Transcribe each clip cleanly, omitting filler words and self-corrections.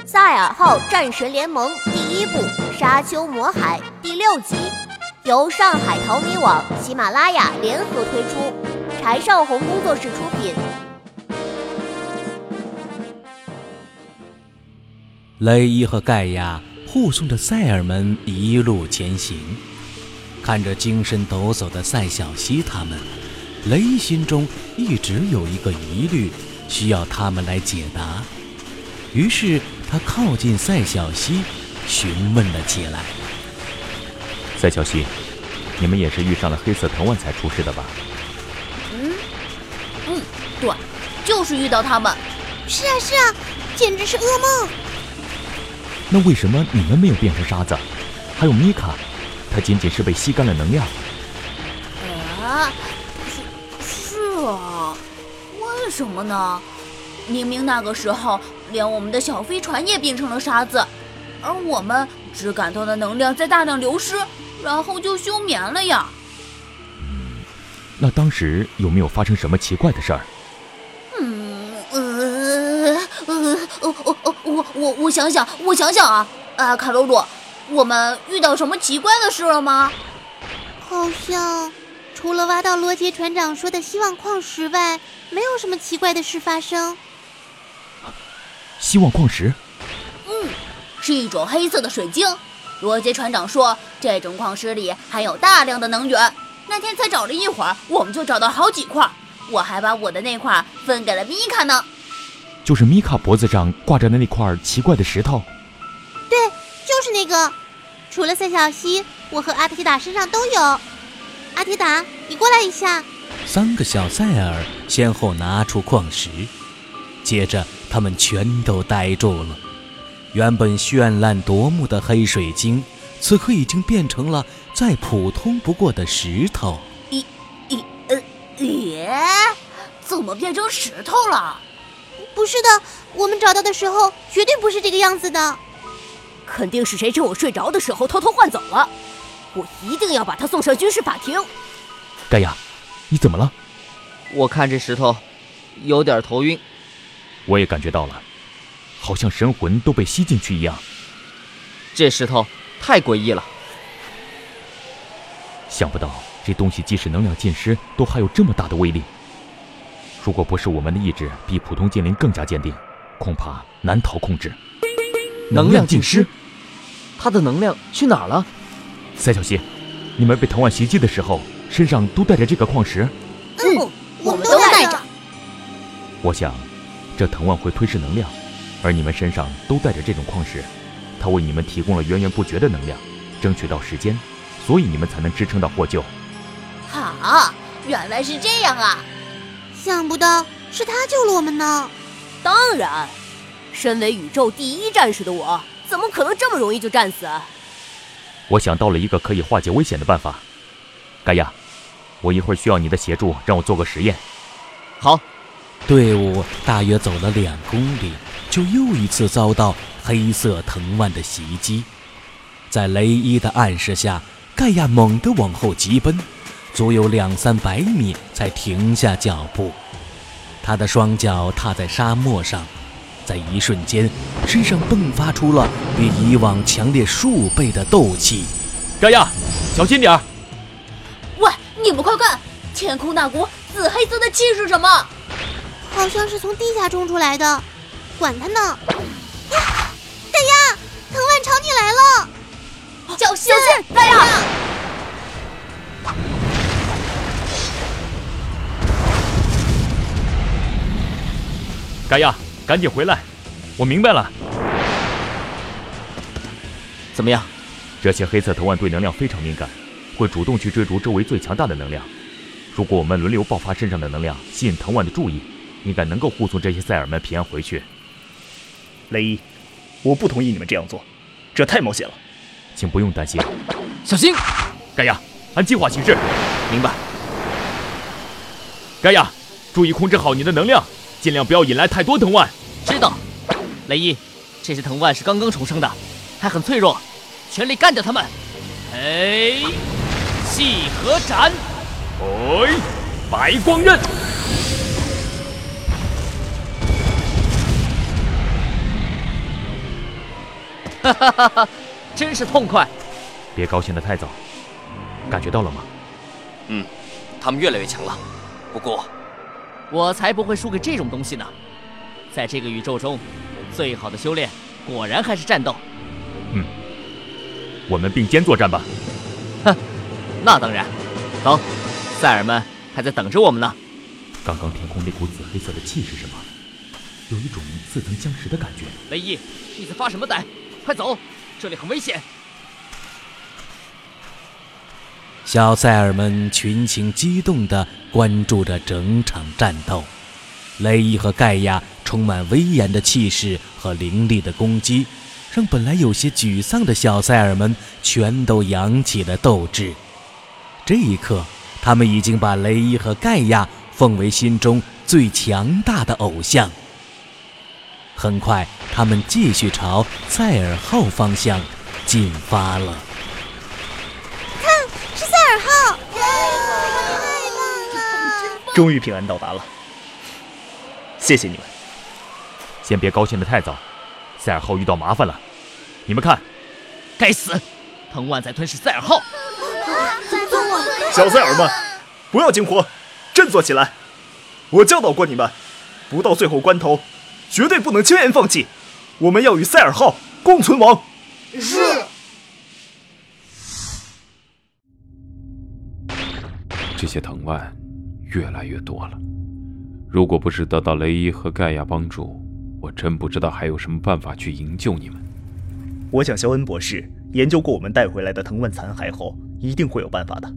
塞尔号战神联盟第1部《沙丘魔海》第6集，由上海淘米网、喜马拉雅联合推出，柴少红工作室出品。 雷伊和盖亚护送着塞尔们一路前行，看着精神抖擞的赛小西他们，雷伊心中一直有一个疑虑，需要他们来解答。于是他靠近赛小西，询问了起来： 赛小西，你们也是遇上了黑色藤蔓才出事的吧？ 对，就是遇到他们。 是啊，简直是噩梦。 那为什么你们没有变成沙子？还有米卡，她仅仅是被吸干了能量。 是啊，为什么呢？明明那个时候连我们的小飞船也变成了沙子，而我们只感到的能量在大量流失，然后就休眠了呀。 那当时有没有发生什么奇怪的事儿？ 我想想啊，卡罗鲁，我们遇到什么奇怪的事了吗？ 好像除了挖到罗杰船长说的希望矿石外，没有什么奇怪的事发生。 希望矿石？ 是一种黑色的水晶。罗杰船长说，这种矿石里含有大量的能源。那天才找了一会儿，我们就找到好几块，我还把我的那块分给了米卡呢。 就是米卡脖子上挂着的那块奇怪的石头？ 对，就是那个。除了赛小西，我和阿提达身上都有。阿提达，你过来一下。 3个小塞尔先后拿出矿石，接着他们全都呆住了。原本绚烂夺目的黑水晶，此刻已经变成了再普通不过的石头。 怎么变成石头了？ 不是的，我们找到的时候绝对不是这个样子的。 肯定是谁趁我睡着的时候偷偷换走了，我一定要把他送上军事法庭。 盖亚，你怎么了？ 我看这石头有点头晕。 我也感觉到了，好像神魂都被吸进去一样。 这石头太诡异了。 想不到这东西即使能量尽失，都还有这么大的威力。如果不是我们的意志比普通精灵更加坚定，恐怕难逃控制。 能量尽失？它的能量去哪儿了？ 赛小西，你们被藤蔓袭击的时候，身上都带着这个矿石？ 我们都带着。 我想，这藤蔓会吞噬能量，而你们身上都带着这种矿石，它为你们提供了源源不绝的能量，争取到时间，所以你们才能支撑到获救。 好，原来是这样啊！ 想不到是他救了我们呢。 当然，身为宇宙第1战士的我，怎么可能这么容易就战死？ 我想到了一个可以化解危险的办法。盖亚，我一会儿需要你的协助，让我做个实验。 好。 队伍大约走了2公里，就又一次遭到黑色藤蔓的袭击。在雷伊的暗示下，盖亚猛地往后疾奔，足有200-300米才停下脚步。他的双脚踏在沙漠上，在一瞬间，身上迸发出了比以往强烈数倍的斗气。 盖亚，小心点儿！ 喂，你们快看，天空那股紫黑色的气是什么？ 好像是从地下冲出来的，管他呢！呀，盖亚，藤蔓朝你来了！ 小心，盖亚！ 盖亚，赶紧回来！我明白了。 怎么样？ 这些黑色藤蔓对能量非常敏感，会主动去追逐周围最强大的能量。如果我们轮流爆发身上的能量，吸引藤蔓的注意，应该能够护送这些塞尔们平安回去。 雷伊，我不同意你们这样做，这太冒险了。 请不用担心。 小心！ 盖亚，按计划行事。 明白。 盖亚，注意控制好你的能量，尽量不要引来太多藤蔓。 知道。雷伊，这些藤蔓是刚刚重生的，还很脆弱，全力干掉它们。细河斩！ 白光刃！ 哈哈哈哈，真是痛快！ 别高兴得太早，感觉到了吗？ 他们越来越强了。不过，我才不会输给这种东西呢。在这个宇宙中，最好的修炼果然还是战斗。 我们并肩作战吧。 哼，那当然。走，赛尔们还在等着我们呢。 刚刚天空那股紫黑色的气是什么？有一种似曾相识的感觉。 雷伊，你在发什么呆？快走，这里很危险。 小赛尔们群情激动地关注着整场战斗。雷伊和盖亚充满威严的气势和凌厉的攻击，让本来有些沮丧的小赛尔们全都扬起了斗志。这一刻，他们已经把雷伊和盖亚奉为心中最强大的偶像。很快，他们继续朝赛尔号方向进发了。 看，是赛尔号！太棒了！ 终于平安到达了，谢谢你们。 先别高兴得太早，赛尔号遇到麻烦了。你们看， 该死，藤万在吞噬赛尔号！ 小赛尔们，不要惊慌，振作起来！我教导过你们，不到最后关头，绝对不能轻言放弃。我们要与赛尔号共存亡。 是。 这些藤蔓越来越多了，如果不是得到雷伊和盖亚帮助，我真不知道还有什么办法去营救你们。 我想肖恩博士研究过我们带回来的藤蔓残骸后，一定会有办法的。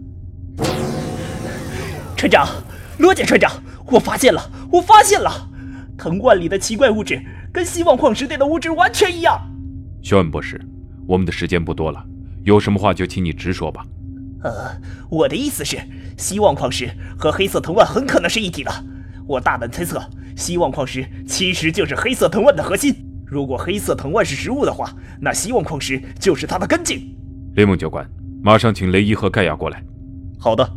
船长，罗杰船长，我发现了！藤蔓里的奇怪物质跟希望矿石内的物质完全一样。 肖恩博士，我们的时间不多了，有什么话就请你直说吧。 我的意思是，希望矿石和黑色藤蔓很可能是一体的。我大胆猜测，希望矿石其实就是黑色藤蔓的核心。如果黑色藤蔓是食物的话，那希望矿石就是它的根茎。 雷蒙教官，马上请雷伊和盖亚过来。 好的。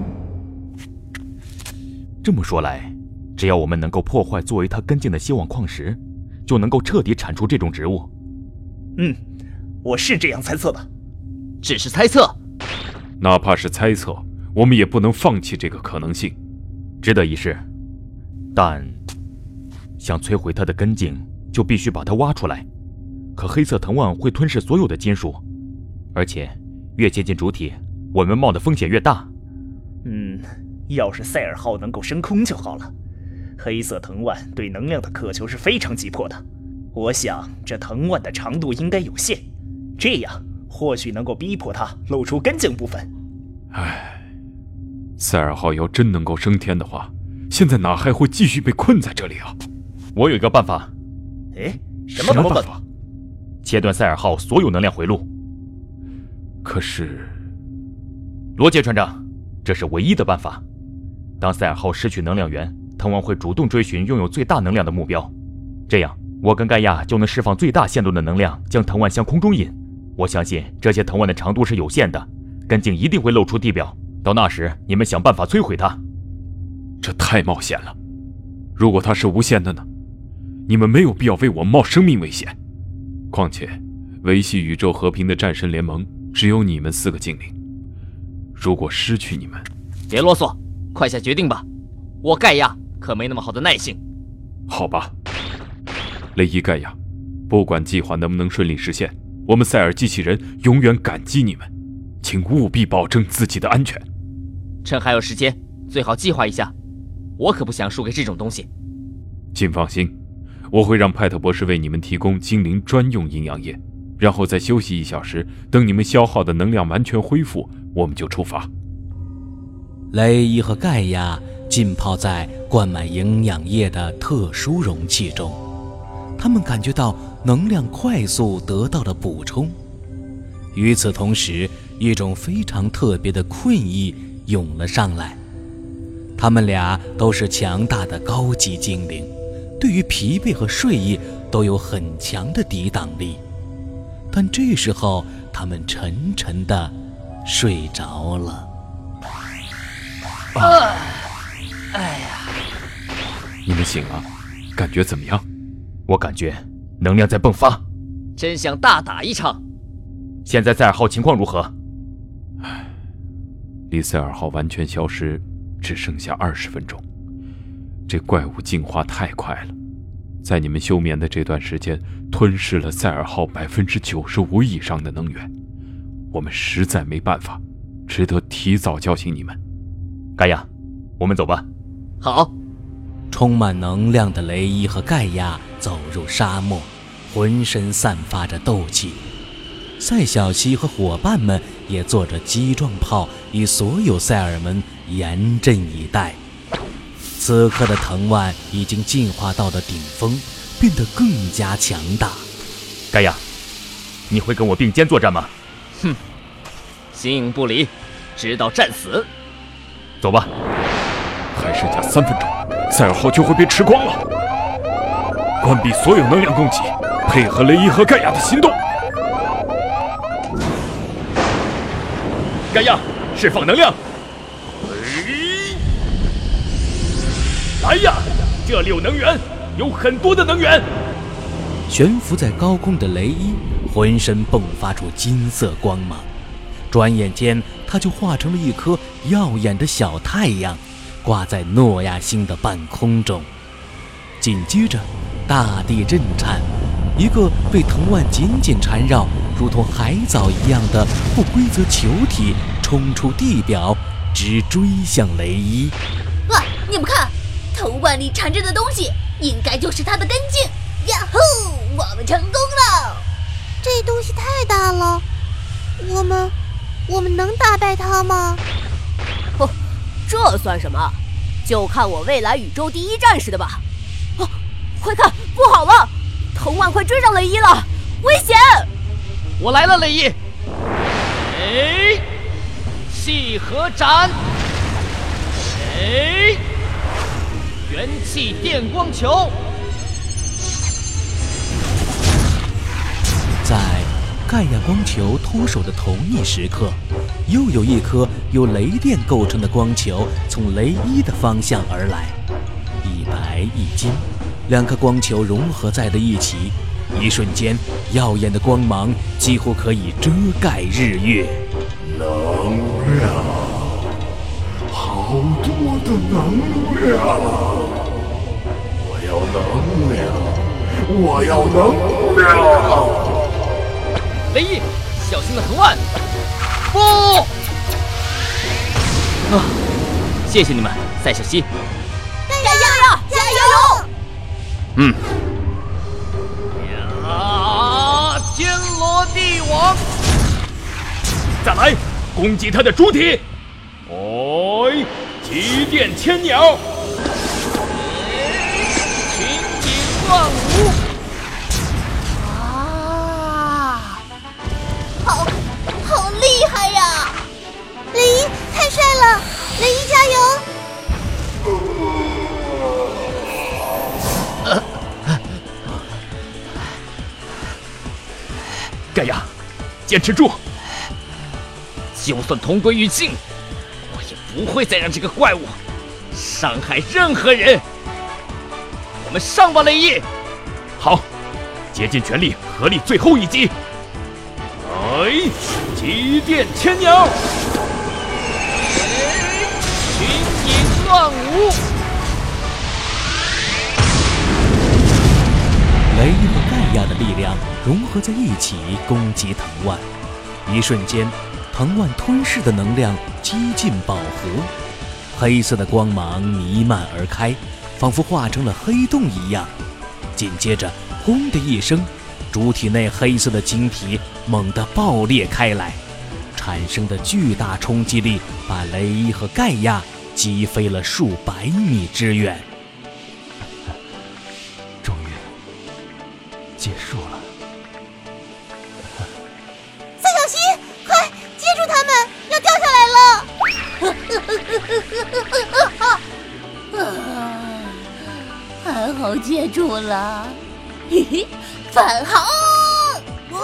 这么说来，只要我们能够破坏作为它根茎的希望矿石，就能够彻底铲除这种植物。 我是这样猜测的。 只是猜测， 哪怕是猜测，我们也不能放弃这个可能性。 值得一试，但想摧毁它的根茎，就必须把它挖出来。可黑色藤蔓会吞噬所有的金属，而且越接近主体，我们冒的风险越大。 要是赛尔号能够升空就好了。黑色藤蔓对能量的渴求是非常急迫的，我想这藤蔓的长度应该有限，这样或许能够逼迫它露出根茎部分。 赛尔号要真能够升天的话，现在哪还会继续被困在这里啊？ 我有一个办法。 什么办法？ 切断赛尔号所有能量回路。 可是， 罗杰船长，这是唯一的办法。当赛尔号失去能量源，藤蔓会主动追寻拥有最大能量的目标，这样我跟盖亚就能释放最大限度的能量，将藤蔓向空中引。我相信这些藤蔓的长度是有限的，根茎一定会露出地表，到那时你们想办法摧毁它。 这太冒险了，如果它是无限的呢？你们没有必要为我冒生命危险。况且维系宇宙和平的战神联盟只有你们4个精灵，如果失去你们…… 别啰嗦，快下决定吧，我盖亚可没那么好的耐性。 好吧，雷伊盖亚，不管计划能不能顺利实现，我们塞尔机器人永远感激你们，请务必保证自己的安全。 趁还有时间，最好计划一下，我可不想输给这种东西。 请放心，我会让派特博士为你们提供精灵专用营养液，然后再休息1小时，等你们消耗的能量完全恢复，我们就出发。 雷伊和盖亚浸泡在灌满营养液的特殊容器中，他们感觉到能量快速得到了补充。与此同时，一种非常特别的困意涌了上来。他们俩都是强大的高级精灵，对于疲惫和睡意都有很强的抵挡力。但这时候，他们沉沉地睡着了。 你们醒了，感觉怎么样？ 我感觉能量在迸发。 真想大打一场。 现在塞尔号情况如何？ 离塞尔号完全消失只剩下20分钟。这怪物进化太快了，在你们休眠的这段时间，吞噬了塞尔号95%以上的能源。我们实在没办法，只得提早叫醒你们。 盖亚，我们走吧。 好。 充满能量的雷伊和盖亚走入沙漠，浑身散发着斗气。赛小西和伙伴们也坐着激壮炮，与所有赛尔们严阵以待。此刻的藤蔓已经进化到了顶峰，变得更加强大。 盖亚，你会跟我并肩作战吗？ 哼，形影不离，直到战死。 走吧。 还剩下3分钟，塞尔号就会被吃光了。关闭所有能量供给，配合雷伊和盖亚的行动。 盖亚，释放能量！来呀，这里有能源，有很多的能源。 悬浮在高空的雷伊浑身迸发出金色光芒，转眼间他就化成了一颗耀眼的小太阳，挂在诺亚星的半空中。紧接着，大地震颤，一个被藤蔓紧紧缠绕，如同海藻一样的不规则球体冲出地表，直追向雷伊。 哇，你们看，藤蔓里缠着的东西，应该就是它的根茎。呀呼，我们成功了！ 这东西太大了，我们能打败它吗？ 哦，这算什么？就看我未来宇宙第一战士的吧！哦，快看，不好了，藤蔓快追上雷伊了，危险！ 我来了，雷伊！哎，气核斩！哎，元气电光球！ 在盖亚光球脱手的同一时刻，又有一颗由雷电构成的光球从雷伊的方向而来，一白一金，两颗光球融合在了一起，一瞬间，耀眼的光芒几乎可以遮盖日月。 能量，好多的能量！我要能量！我要能量！ 雷伊，小心的藤蔓！不！啊，谢谢你们，赛小西。 加油！加油！ 嗯。呀！天罗地网！ 再来，攻击他的主体！哎，极电千鸟！ 群景乱舞！ 好厉害呀！ 雷伊太帅了，雷伊加油！ 盖亚，坚持住！ 就算同归于尽，我也不会再让这个怪物伤害任何人。我们上吧，雷伊！ 好，竭尽全力，合力最后一击！哎，极电千鸟！ 群影乱舞！ 雷伊和盖亚的力量融合在一起，攻击藤蔓。一瞬间，藤蔓吞噬的能量几近饱和，黑色的光芒弥漫而开，仿佛化成了黑洞一样。紧接着，轰的一声，主体内黑色的晶体猛地爆裂开来，产生的巨大冲击力把雷伊和盖亚击飞了数百米之远。 终于结束了。 赛小西，快接住他们，要掉下来了！ 还好接住了，嘿嘿，返航！哇！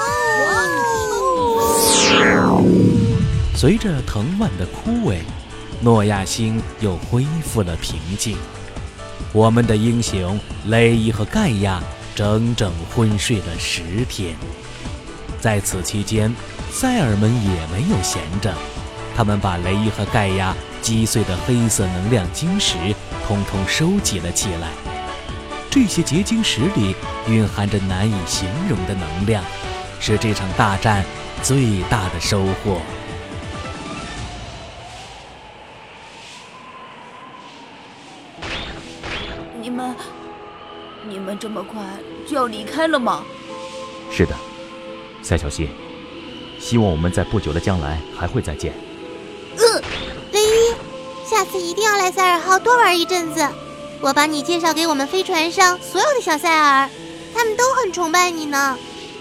随着藤蔓的枯萎，诺亚星又恢复了平静。我们的英雄雷伊和盖亚整整昏睡了10天。在此期间，塞尔们也没有闲着，他们把雷伊和盖亚击碎的黑色能量晶石统统收集了起来。这些结晶石里蕴含着难以形容的能量，是这场大战最大的收获。 你们这么快就要离开了吗？ 是的，赛小西，希望我们在不久的将来还会再见。 雷伊，下次一定要来塞尔号多玩一阵子。我把你介绍给我们飞船上所有的小塞尔，他们都很崇拜你呢。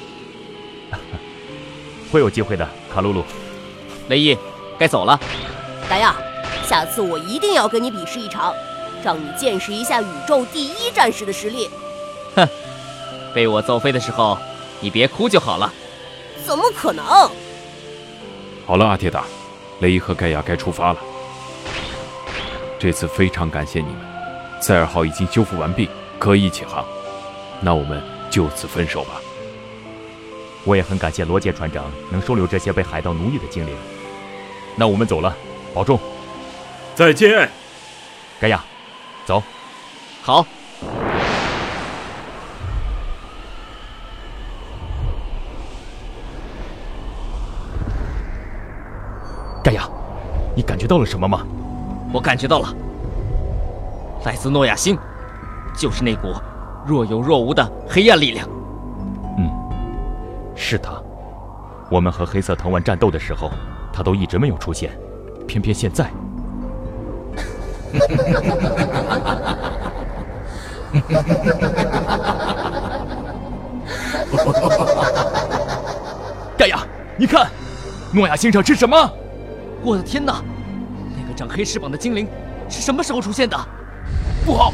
会有机会的，卡露露。 雷伊，该走了。 达亚，下次我一定要跟你比试一场，让你见识一下宇宙第1战士的实力。 哼，被我揍飞的时候，你别哭就好了。 怎么可能？ 好了，阿铁达，雷伊和盖亚该出发了。这次非常感谢你们，塞尔号已经修复完毕，可以起航。那我们就此分手吧。 我也很感谢罗杰船长能收留这些被海盗奴役的精灵。那我们走了，保重。 再见。 盖亚，走。 好。 盖亚，你感觉到了什么吗？ 我感觉到了，来自诺亚星，就是那股若有若无的黑暗力量。 是他。我们和黑色藤丸战斗的时候，他都一直没有出现，偏偏现在。盖亚，你看，诺亚星上是什么？ 我的天哪！那个长黑翅膀的精灵是什么时候出现的？ 不好！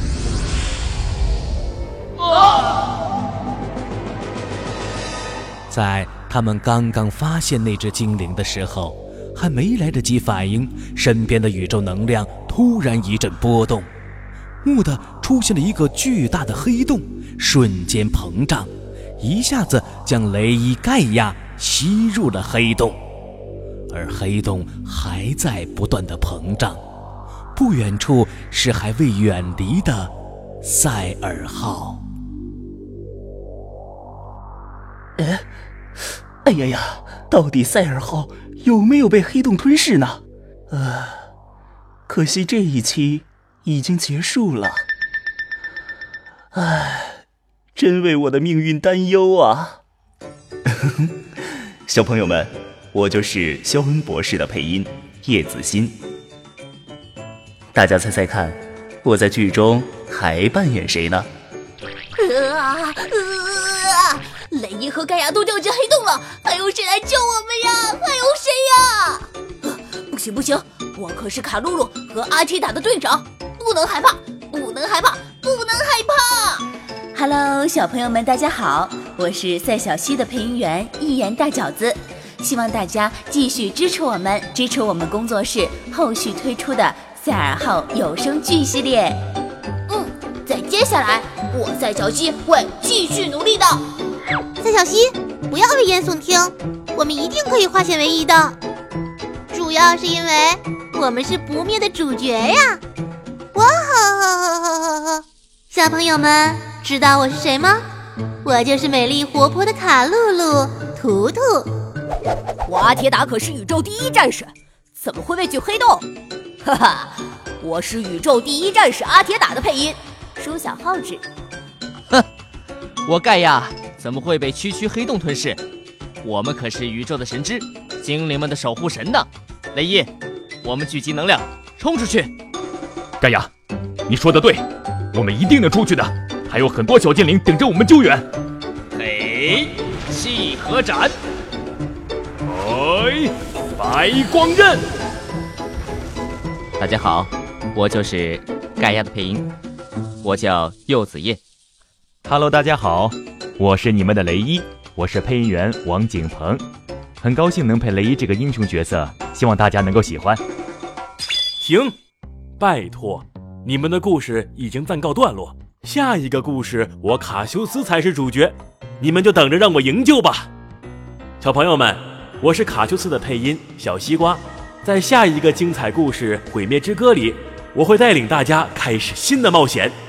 在他们刚刚发现那只精灵的时候，还没来得及反应，身边的宇宙能量突然一阵波动，蓦地出现了一个巨大的黑洞，瞬间膨胀，一下子将雷伊盖亚吸入了黑洞。而黑洞还在不断的膨胀，不远处是还未远离的塞尔号。 哎呀呀，到底塞尔号有没有被黑洞吞噬呢？可惜这一期已经结束了。真为我的命运担忧啊！小朋友们，我就是肖恩博士的配音叶子欣。大家猜猜看，我在剧中还扮演谁呢？ 雷伊和盖亚都掉进黑洞了，还有谁来救我们呀？还有谁呀？不行，我可是卡露露和阿提塔的队长，不能害怕，不能害怕，不能害怕。Hello， 小朋友们，大家好，我是赛小西的配音员一言大饺子，希望大家继续支持我们工作室后续推出的塞尔号有声剧系列。在接下来，我赛小西会继续努力的。 赛小西，不要危言耸听，我们一定可以化险为夷的。主要是因为我们是不灭的主角呀！哇吼！小朋友们知道我是谁吗？我就是美丽活泼的卡露露图图。 我阿铁达可是宇宙第1战士，怎么会畏惧黑洞？哈哈，我是宇宙第1战士阿铁达的配音舒小浩子。 哼，我盖亚怎么会被区区黑洞吞噬？我们可是宇宙的神之精灵们的守护神呢！雷伊，我们聚集能量，冲出去！ 盖亚，你说的对，我们一定能出去的，还有很多小精灵等着我们救援。 嘿，气合斩！ 白光刃！ 大家好，我就是盖亚的配音，我叫柚子叶。 Hello， 大家好，我是你们的雷伊，我是配音员王景鹏，很高兴能配雷伊这个英雄角色，希望大家能够喜欢。 停，拜托，你们的故事已经暂告段落， 下一个故事我卡修斯才是主角，你们就等着让我营救吧。小朋友们，我是卡修斯的配音小西瓜，在下一个精彩故事《毁灭之歌》里，我会带领大家开始新的冒险。